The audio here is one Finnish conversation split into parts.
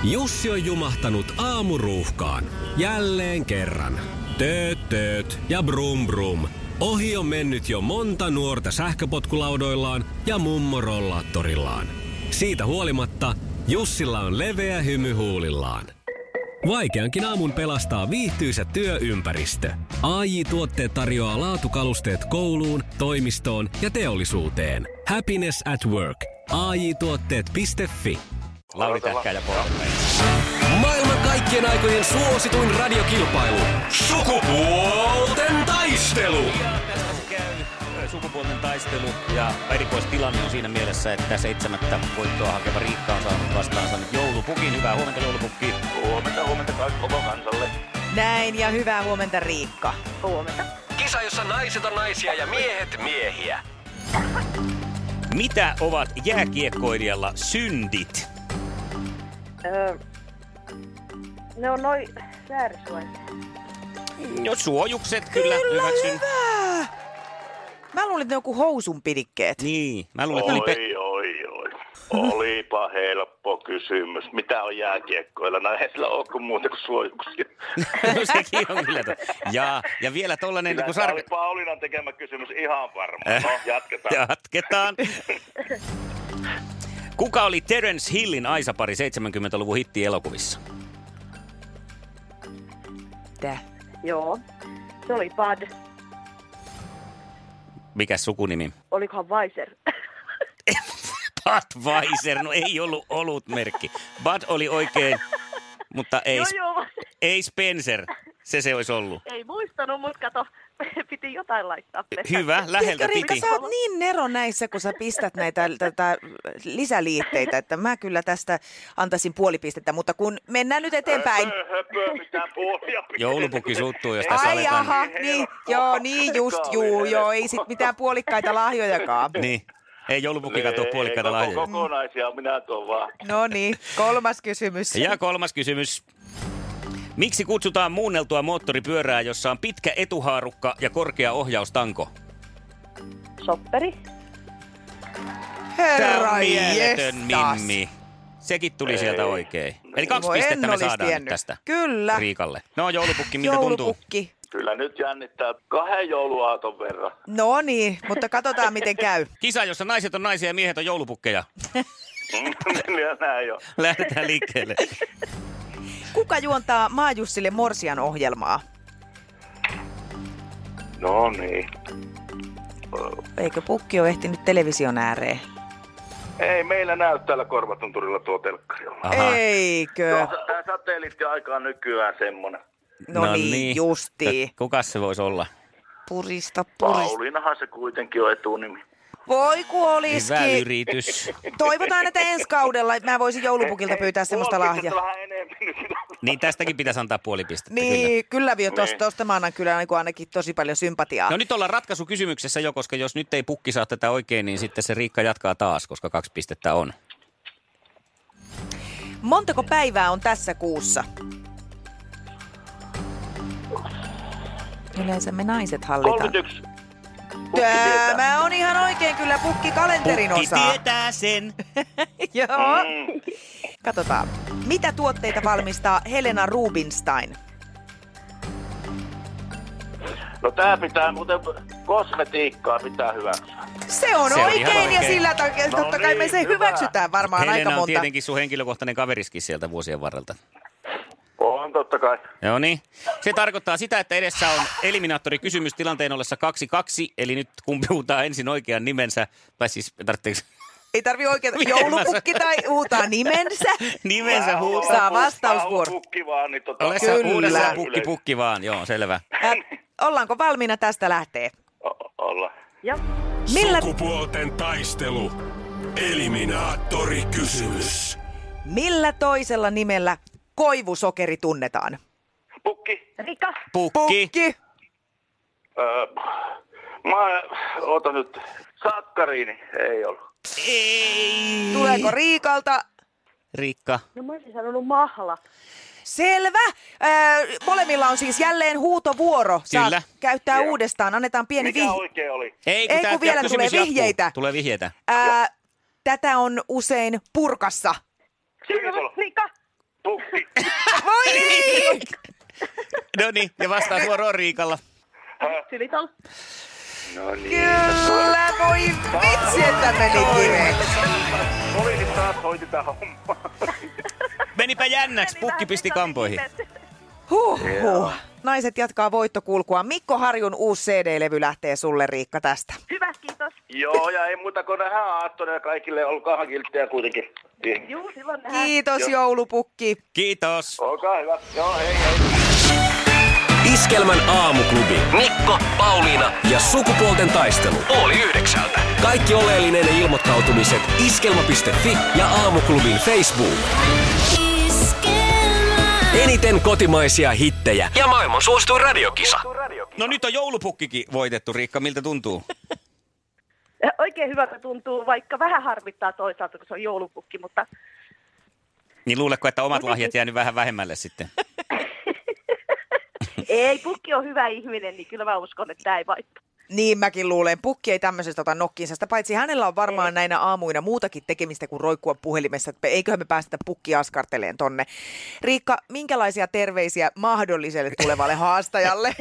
Jussi on jumahtanut aamuruuhkaan. Jälleen kerran. Tööt ja brum brum. Ohi on mennyt jo monta nuorta sähköpotkulaudoillaan ja mummorollaattorillaan. Siitä huolimatta Jussilla on leveä hymy huulillaan. Vaikeankin aamun pelastaa viihtyisä työympäristö. AJ-tuotteet tarjoaa laatukalusteet kouluun, toimistoon ja teollisuuteen. Happiness at work. AJ-tuotteet.fi. Lauri Tähkä ja Polven. Maailman kaikkien aikojen suosituin radiokilpailu. Sukupuolten taistelu. Ja tästä se käy sukupuolten taistelu ja erikoistilanne on siinä mielessä, että 7. voittoa hakeva Riikka on saanut vastaansa nyt joulupukin. Hyvää huomenta joulupukki. Huomenta koko kansalle. Näin ja hyvää huomenta Riikka. Huomenta. Kisa, jossa naiset on naisia ja miehet miehiä. Mitä ovat jääkiekkoilijalla syndit? Ne on noi säärisuojat. No suojukset kyllä hyväksyn. Hyvä! Mä luulin, että ne on joku housun pidikkeet. Niin, mä luulen, että Oi. Olipa helppo kysymys. Mitä on jääkiekkoilla? No eihän sillä ole kuin muuta kuin suojuksia. No sekin on kyllä. Ja vielä tollanen... Kyllä Niin oli Paulinan tekemä kysymys ihan varmaan. No, jatketaan. Jatketaan. Kuka oli Terence Hillin aisapari 70-luvun hitti-elokuvissa? Tää. Joo. Se oli Bud. Mikäs sukunimi? Olikohan Weiser? Budweiser, no ei ollut olutmerkki. Bud oli oikein, mutta ei Spencer. Se olisi ollut. Ei muistanut, mutta kato, piti jotain laittaa. Hyvä, läheltä Riikka, piti. sä oot niin nero näissä, kun sä pistät näitä lisäliitteitä, että mä kyllä tästä antaisin puoli pistettä, mutta kun mennään nyt eteenpäin. Höpö, mitään puolia. Joulupukki suuttuu, jos tässä Ai aletaan. jaha, niin, joo, niin just, ei sit mitään puolikkaita lahjojakaan. Niin, ei joulupukki katso puolikkaita lahjoja. Kokonaisia, minä tuon vaan. No niin, 3. kysymys. Ja 3. kysymys. Miksi kutsutaan muunneltua moottoripyörää, jossa on pitkä etuhaarukka ja korkea ohjaustanko? Sopperi. Tää Herra on mieletön jestas. Mimmi. Sekin tuli sieltä oikein. Eli 2 Voi, pistettä en me olis saadaan tiennyt. nyt tästä Kyllä. Riikalle. No joulupukki, miltä tuntuu? Joulupukki. Kyllä nyt jännittää 2 jouluaaton verran. No niin, mutta katsotaan miten käy. Kisa, jossa naiset on naisia ja miehet on joulupukkeja. Ja näin jo. Lähdetään liikkeelle. Kuka juontaa Maajussille Morsian ohjelmaa? No niin. Eikö pukki ole ehtinyt television ääreen? Ei meillä näy täällä Korvatunturilla tuo telkkari. Aha. Eikö? Tämä satelliittiaika on nykyään semmoinen. No niin, justiin. Kukas se voisi olla? Purista. Pauliinahan se kuitenkin on etunimi. Voi kun Hyvä olisikin. yritys. Toivotaan, että ensi kaudella mä voisin joulupukilta pyytää semmoista lahjaa. Vähän enemmän nyt. Niin tästäkin pitäisi antaa puoli pistettä. Kyllä. Niin, kyllä tosta mä annan kyllä ainakin tosi paljon sympatiaa. No nyt ollaan ratkaisukysymyksessä jo, koska jos nyt ei pukki saa tätä oikein, niin sitten se Riikka jatkaa taas, koska 2 pistettä on. Montako päivää on tässä kuussa? Yleensä me naiset hallitaan. 31. Pukki tietää. Tämä on ihan oikein kyllä pukki-kalenterin Pukki osaa. tietää sen. Joo. Katsotaan. Mitä tuotteita valmistaa Helena Rubinstein? No tää pitää muuten kosmetiikkaa pitää hyväksyä. Se on Se on ihan oikein ja oikein. sillä totta kai me niin, se hyvä. hyväksytään varmaan aika Helena on monta. tietenkin sun henkilökohtainen kaveriskin sieltä vuosien varrelta. On totta kai. Joo niin. Se tarkoittaa sitä, että edessä on eliminaattorikysymys tilanteen ollessa 2-2, eli nyt kumpi huutaa ensin oikean nimensä, tai siis tarvitseeko Ei tarvi oikein Miten mä joulupukki tai huutaa nimensä. nimensä huutaa? Saa vastausvuoro. Pukki vaan, niin Ole sä Kyllä. uudessa pukki vaan, joo selvä. Ollaanko valmiina tästä lähtee? Olla. Ja Millä, Sukupuolten taistelu. Eliminaattorikysymys. millä toisella nimellä koivusokeri tunnetaan? Pukki. Rika. Pukki. Oota nyt. Sakkariini. Ei ollut. Ei. Tuleeko Riikalta? Riikka. No mä olisin sanonut mahla. Selvä. Molemmilla on siis jälleen huutovuoro. Saa Kyllä. käyttää Joo. uudestaan. Annetaan pieni Mikä oikein oli? Ei, Ei, tää kun vielä kysymys tulee jatkuu. vihjeitä. Tulee vihjeitä. Tätä on usein purkassa. Sinisolo. Rika. Pukki. Voi niin! No niin, ja vastaa suoraan Riikalla. Xylitol. No niin. Kyllä, voi vitsi, että meni kiveen. Poliisit taas hoiti tää homma. Menipä jännäksi, pukki pisti kampoihin. Huhhuh. Naiset jatkaa voittokulkua. Mikko Harjun uusi CD-levy lähtee sulle, Riikka, tästä. Hyvä, kiitos. Joo, ja ei muuta kuin nähdään aattona ja kaikille. Olkaahan kilttejä kuitenkin. Juu, silloin nähdään. Kiitos, joulupukki. Kiitos. Olkaa hyvä. Joo, hei hei. Iskelmän aamuklubi. Mikko, Pauliina ja sukupuolten taistelu. Oli 9. Kaikki oleellinen ilmoittautumiset iskelma.fi ja aamuklubin Facebook. Eniten kotimaisia hittejä ja maailman suosituin radiokisa. No nyt on joulupukkikin voitettu, Riikka. Miltä tuntuu? Oikein hyvältä tuntuu, vaikka vähän harmittaa toisaalta, kun se on joulupukki, mutta Niin luuletko, että omat lahjat jäänyt vähän vähemmälle sitten? ei, pukki on hyvä ihminen, niin kyllä mä uskon, että tämä ei vaihtaa. Niin mäkin luulen. Pukki ei tämmöisestä ota nokkiinsa. Sitä paitsi hänellä on varmaan näinä aamuina muutakin tekemistä kuin roikkua puhelimessa. Että eiköhän me päästetä pukki askarteleen tonne. Riikka, minkälaisia terveisiä mahdolliselle tulevalle haastajalle?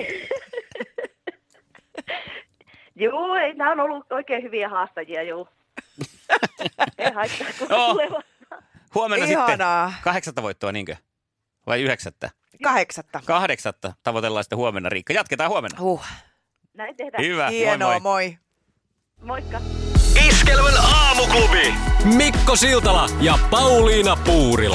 Joo, ei, nämä on ollut oikein hyviä haastajia, joo. Ei haittaa, kun Joo. tulee vastaan. Huomenna Ihanaa. sitten 8 voittoa, niinkö? Vai 9? 8. 8 tavoitellaan sitten huomenna, Riikka. Jatketaan huomenna. Näin tehdään. Hyvä, Hienoa, moi moi. moi. Moikka. Iskelmän aamuklubi. Mikko Siltala ja Pauliina Puurila.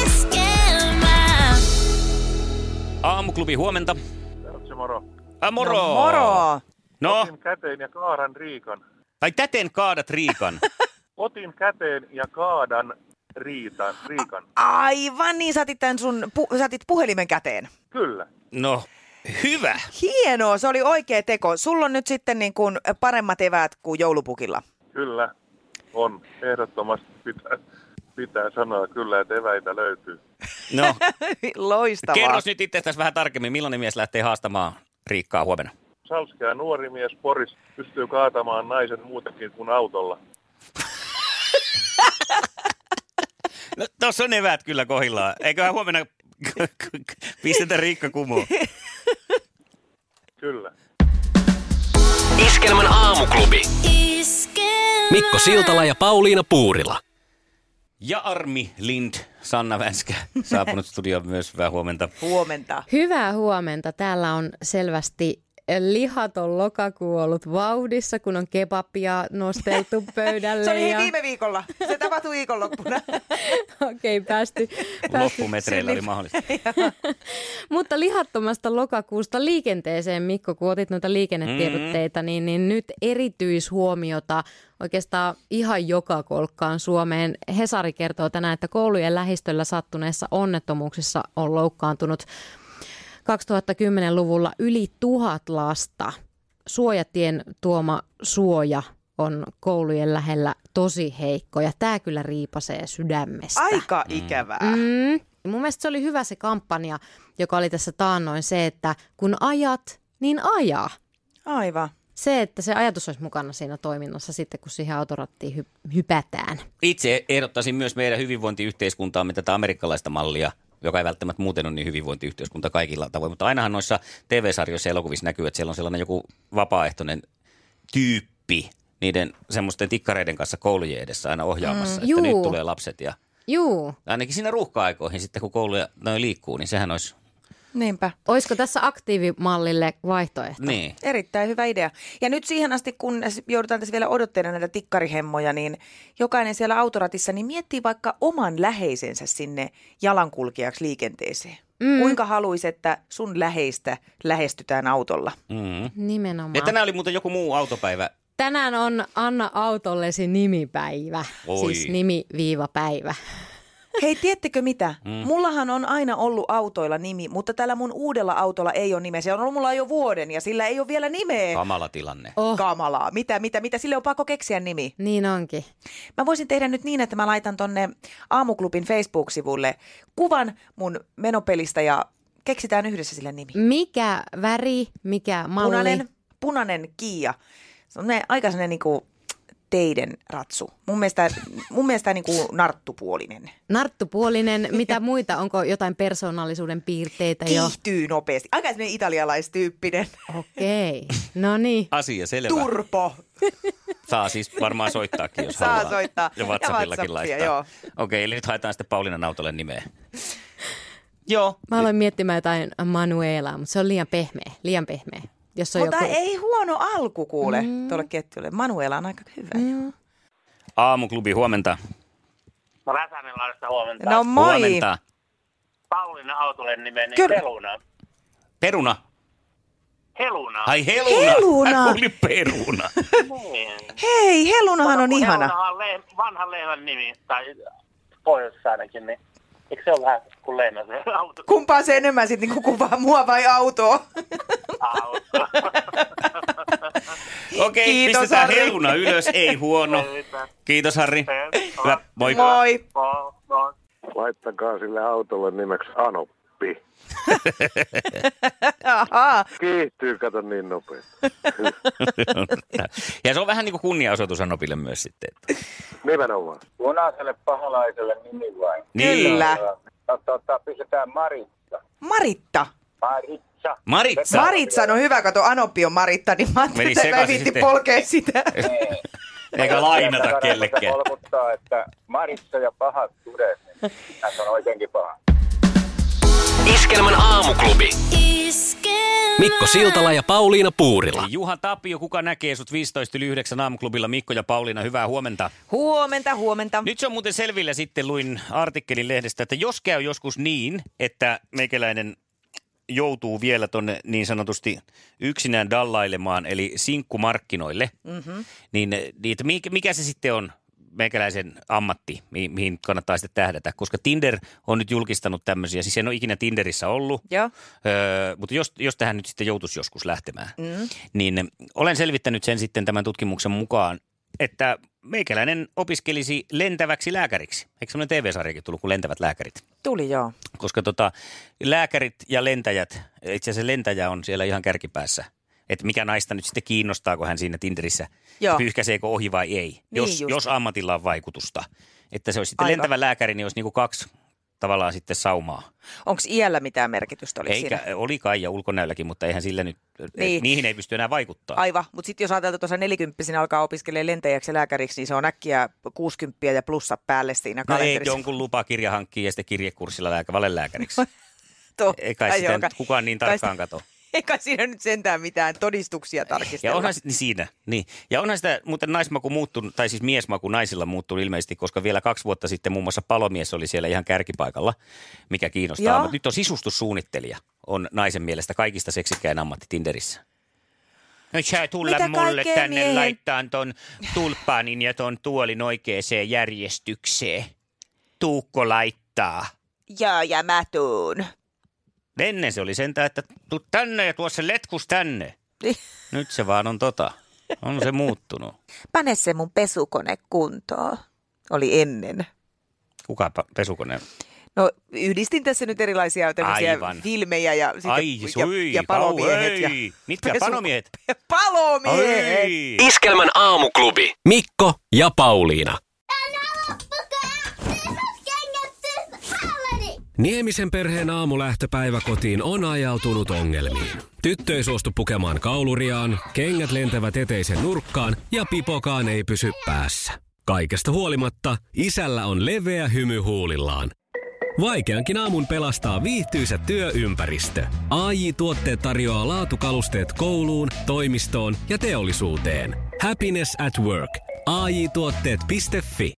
Aamuklubi, huomenta. Moro. Moro. No, moro. No, Otin käteen ja kaadan Riikan. tai täten kaadat Riikan. Otin käteen ja kaadan Riikan. Aivan niin, saatit saatit puhelimen käteen. Kyllä. No, hyvä. Hienoa, se oli oikea teko. Sulla on nyt sitten niin kuin paremmat eväät kuin joulupukilla. Kyllä. On. Ehdottomasti pitää sanoa kyllä, että eväitä löytyy. No, Loistavaa. kerros nyt itsestäsi vähän tarkemmin, millainen mies lähtee haastamaan Riikkaa huomenna? Salskea nuori mies Poris pystyy kaatamaan naisen muutenkin kuin autolla. No, tossa on eväät kyllä kohillaan. Eiköhän huomenna pistetä Riikka kumoon. Kyllä. Iskelmän aamuklubi. Mikko Siltala ja Pauliina Puurila. Ja Armi Lind, Sanna Vänskä, saapunut studioon myös. Hyvää huomenta. Huomenta. Hyvää huomenta. Täällä on selvästi lihaton lokakuu ollut vauhdissa, kun on kebabia nosteltu pöydälle. Se oli viime viikolla. Se tapahtui viikonloppuna. Okei, päästy Loppumetreillä oli mahdollista. Mutta lihattomasta lokakuusta liikenteeseen, Mikko, kun otit noita liikennetiedotteita, niin nyt erityishuomiota oikeastaan ihan joka kolkkaan Suomeen. Hesari kertoo tänään, että koulujen lähistöllä sattuneessa onnettomuuksissa on loukkaantunut 2010-luvulla yli 1000 lasta. Suojatien tuoma suoja on koulujen lähellä tosi heikko ja tämä kyllä riipasee sydämestä. Aika ikävää. Mun mielestä se oli hyvä se kampanja, joka oli tässä taannoin se, että kun ajat, niin aja. Aivan. Se, että se ajatus olisi mukana siinä toiminnassa sitten, kun siihen autorattiin hypätään. Itse ehdottaisin myös meidän hyvinvointiyhteiskuntaamme tätä amerikkalaista mallia, joka ei välttämättä muuten ole niin hyvinvointiyhteiskunta kaikilla tavoin. Mutta ainahan noissa TV-sarjoissa ja elokuvissa näkyy, että siellä on sellainen joku vapaaehtoinen tyyppi niiden semmoisten tikkareiden kanssa koulujen edessä aina ohjaamassa, että nyt tulee lapset. Ja ainakin siinä ruuhka-aikoihin sitten, kun kouluja noin liikkuu, niin sehän olisi... Niinpä. Olisiko tässä aktiivimallille vaihtoehto? Niin. Erittäin hyvä idea. Ja nyt siihen asti, kun joudutaan tässä vielä odottelemaan näitä tikkarihemmoja, niin jokainen siellä autoratissa niin miettii vaikka oman läheisensä sinne jalankulkijaksi liikenteeseen. Kuinka haluaisi, että sun läheistä lähestytään autolla? Nimenomaan. Ja tänään oli muuten joku muu autopäivä. Tänään on Anna autollesi nimipäivä, siis nimi-päivä. Hei, tiedättekö mitä? Mullahan on aina ollut autoilla nimi, mutta tällä mun uudella autolla ei ole nimeä. Se on ollut mulla jo vuoden ja sillä ei ole vielä nimeä. Kamala tilanne. Kamalaa. Mitä? Sille on pakko keksiä nimi. Niin onkin. Mä voisin tehdä nyt niin, että mä laitan tonne Aamuklubin Facebook-sivulle kuvan mun menopelistä ja keksitään yhdessä sille nimi. Mikä väri, mikä malli? Punainen Kia. Se on aika sellainen niinku teidän ratsu? Mun mielestä niin kuin narttupuolinen. Narttupuolinen, mitä muita? Onko jotain persoonallisuuden piirteitä jo? Kiihtyy nopeasti. Aika semmoinen italialaistyyppinen. Okei, no niin. Asia selvä. Turpo. Saa siis varmaan soittaakin, jos Saa haluaa. soittaa. Ja WhatsAppillakin laittaa. Joo. Okei, eli nyt haetaan sitten Pauliinan autolle nimeä. Joo. Mä aloin miettimään jotain Manuelaa, mutta se on liian pehmeä. Jos on Mutta joku... ei huono alku kuule tuolle ketjulle. Manuela on aika hyvä. Aamuklubi, huomenta. No Räsänenlahdesta huomenta. No moi. Huomenta. Pauliina autolle nimeni Kyllä. Heluna. Peruna. Heluna. Ai Heluna. Heluna. Hän oli Peruna. Niin. Hei, Helunahan on ihana. Heluna on vanhan lehmän nimi, tai pohjoisessa ainakin, niin eikö se ole vähän kuin lehmä se auto? Kumpaa se enemmän sitten niin kuvaa, mua vai autoa? Auto. Okei, Kiitos, pistetään Harri. Heluna ylös, ei huono. Kiitos Harri. Hyvä, moi. Moi. Moi. Laittakaa sille autolle nimeksi Anoppi. Ahaa. Kiihtyy, kato niin nopeasti. Ja se on vähän niin kuin kunniaosoitus Anopille myös sitten. Nimenomaan. Punaiselle paholaiselle nimi vai? Kyllä. Pistetään Maritsa. Maritta. Maritsa. Maritsa. Maritsa, no hyvä, kato Anoppi on Maritta, niin mä Meni ajattelin, että mä sekaisin viitti sitten. polkea sitä. Eikä lainata kellekään. Kolmuttaa, että Maritsa ja pahat sudet, niin tässä on oikeinkin paha. Iskelmän aamuklubi. Mikko Siltala ja Pauliina Puurila. Juha Tapio, kuka näkee sut 15:09 aamuklubilla? Mikko ja Pauliina, hyvää huomenta. Huomenta. Nyt se on muuten selvillä, sitten luin artikkelin lehdestä, että jos käy joskus niin, että meikäläinen joutuu vielä tonne niin sanotusti yksinään dallailemaan, eli sinkkumarkkinoille, niin että mikä se sitten on meikäläisen ammatti, mihin kannattaa sitten tähdätä, koska Tinder on nyt julkistanut tämmöisiä, siis en ole ikinä Tinderissä ollut, Joo. mutta jos tähän nyt sitten joutuisi joskus lähtemään, niin olen selvittänyt sen sitten tämän tutkimuksen mukaan, että meikäläinen opiskelisi lentäväksi lääkäriksi. Eikö semmoinen TV-sarjakin tullut kuin Lentävät lääkärit? Tuli joo. Koska lääkärit ja lentäjät, itse asiassa lentäjä on siellä ihan kärkipäässä. Että mikä naista nyt sitten kiinnostaa, kun hän siinä Tinderissä pyyhkäiseekö ohi vai ei, jos ammatilla on vaikutusta. Että se olisi sitten lentävä lääkäri, niin olisi niin kuin 2 tavallaan sitten saumaa. Onko iällä mitään merkitystä siinä? Oli kai ja ulkonäölläkin, mutta eihän sillä nyt, niihin ei pysty enää vaikuttaa. Aivan, mutta sitten jos ajatellaan tuossa 40 alkaa opiskelemaan lentäjäksi ja lääkäriksi, niin se on äkkiä 60 ja plussa päälle siinä kalenterissa. Ei jonkun lupakirja hankkii ja sitten kirjekurssilla valelääkäriksi. Ei kai sitä nyt kukaan niin tarkkaan kato. Eikä siinä nyt sentään mitään todistuksia tarkistella. Ja onhan Ja onhan sitä muuten naismaku muuttunut, tai siis miesmaku naisilla muuttunut ilmeisesti, koska vielä 2 vuotta sitten muun muassa palomies oli siellä ihan kärkipaikalla, mikä kiinnostaa. Mutta nyt on sisustussuunnittelija, on naisen mielestä kaikista seksikkäin ammatti Tinderissä. No sä tulla mitä mulle tänne miehen? laittaa ton tulppaanin ja ton tuolin oikeeseen järjestykseen. Tuukko laittaa. Ja mä tuun. Ennen se oli sentään, että tuu tänne ja tuo se letkus tänne. Nyt se vaan on on se muuttunut. Pane se mun pesukone kuntoon. Oli ennen. Kuka pesukone? No yhdistin tässä nyt erilaisia tämmöisiä filmejä ja sitten ja palomiehet. Ja mitkä palomiehet? Palomiehet! Iskelmän aamuklubi. Mikko ja Pauliina. Niemisen perheen aamulähtöpäivä kotiin on ajautunut ongelmiin. Tyttö ei suostu pukemaan kauluriaan, kengät lentävät eteisen nurkkaan ja pipokaan ei pysy päässä. Kaikesta huolimatta isällä on leveä hymy huulillaan. Vaikeankin aamun pelastaa viihtyisä työympäristö. AJ-tuotteet tarjoaa laatukalusteet kouluun, toimistoon ja teollisuuteen. Happiness at work. AJ-tuotteet.fi